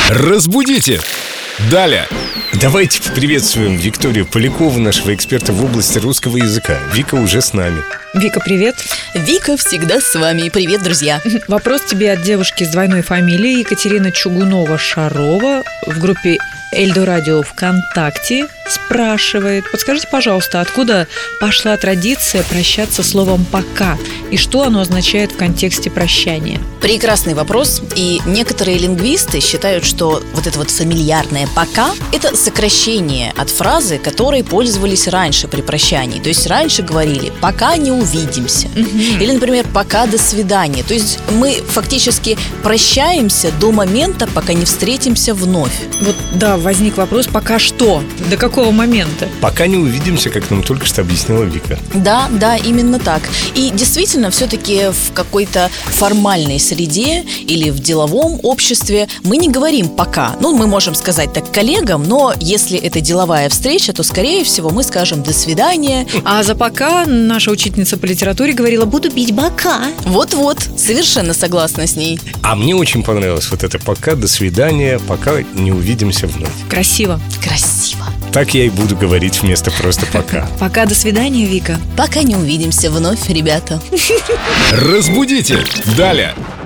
Разбудите! Далее! Давайте поприветствуем Викторию Полякову, нашего эксперта в области русского языка. Вика уже с нами. Вика, привет. Вика всегда с вами. Привет, друзья. Вопрос тебе от девушки с двойной фамилией Екатерина Чугунова-Шарова в группе Эльдо Радио ВКонтакте спрашивает: подскажите, пожалуйста, откуда пошла традиция прощаться словом «пока» и что оно означает в контексте прощания? Прекрасный вопрос. И некоторые лингвисты считают, что вот это вот фамильярное «пока» – это сокращение от фразы, которой пользовались раньше при прощании. То есть раньше говорили «пока не увидимся». Или, например, «пока до свидания». То есть мы фактически прощаемся до момента, пока не встретимся вновь. Вот, да, возник вопрос: пока что? До какого момента? Пока не увидимся, как нам только что объяснила Вика. Да, именно так. И действительно, все-таки в какой-то формальной среде или в деловом обществе мы не говорим «пока». Ну, мы можем сказать так коллегам, но если это деловая встреча, то, скорее всего, мы скажем «до свидания». А за «пока» наша учительница по литературе говорила: буду бить бока. Вот-вот, совершенно согласна с ней. А мне очень понравилось вот это «пока, до свидания, пока не увидимся вновь». Красиво. Красиво. Так я и буду говорить вместо просто «пока». Пока, до свидания, Вика. Пока не увидимся вновь, ребята. Разбудите! Далее!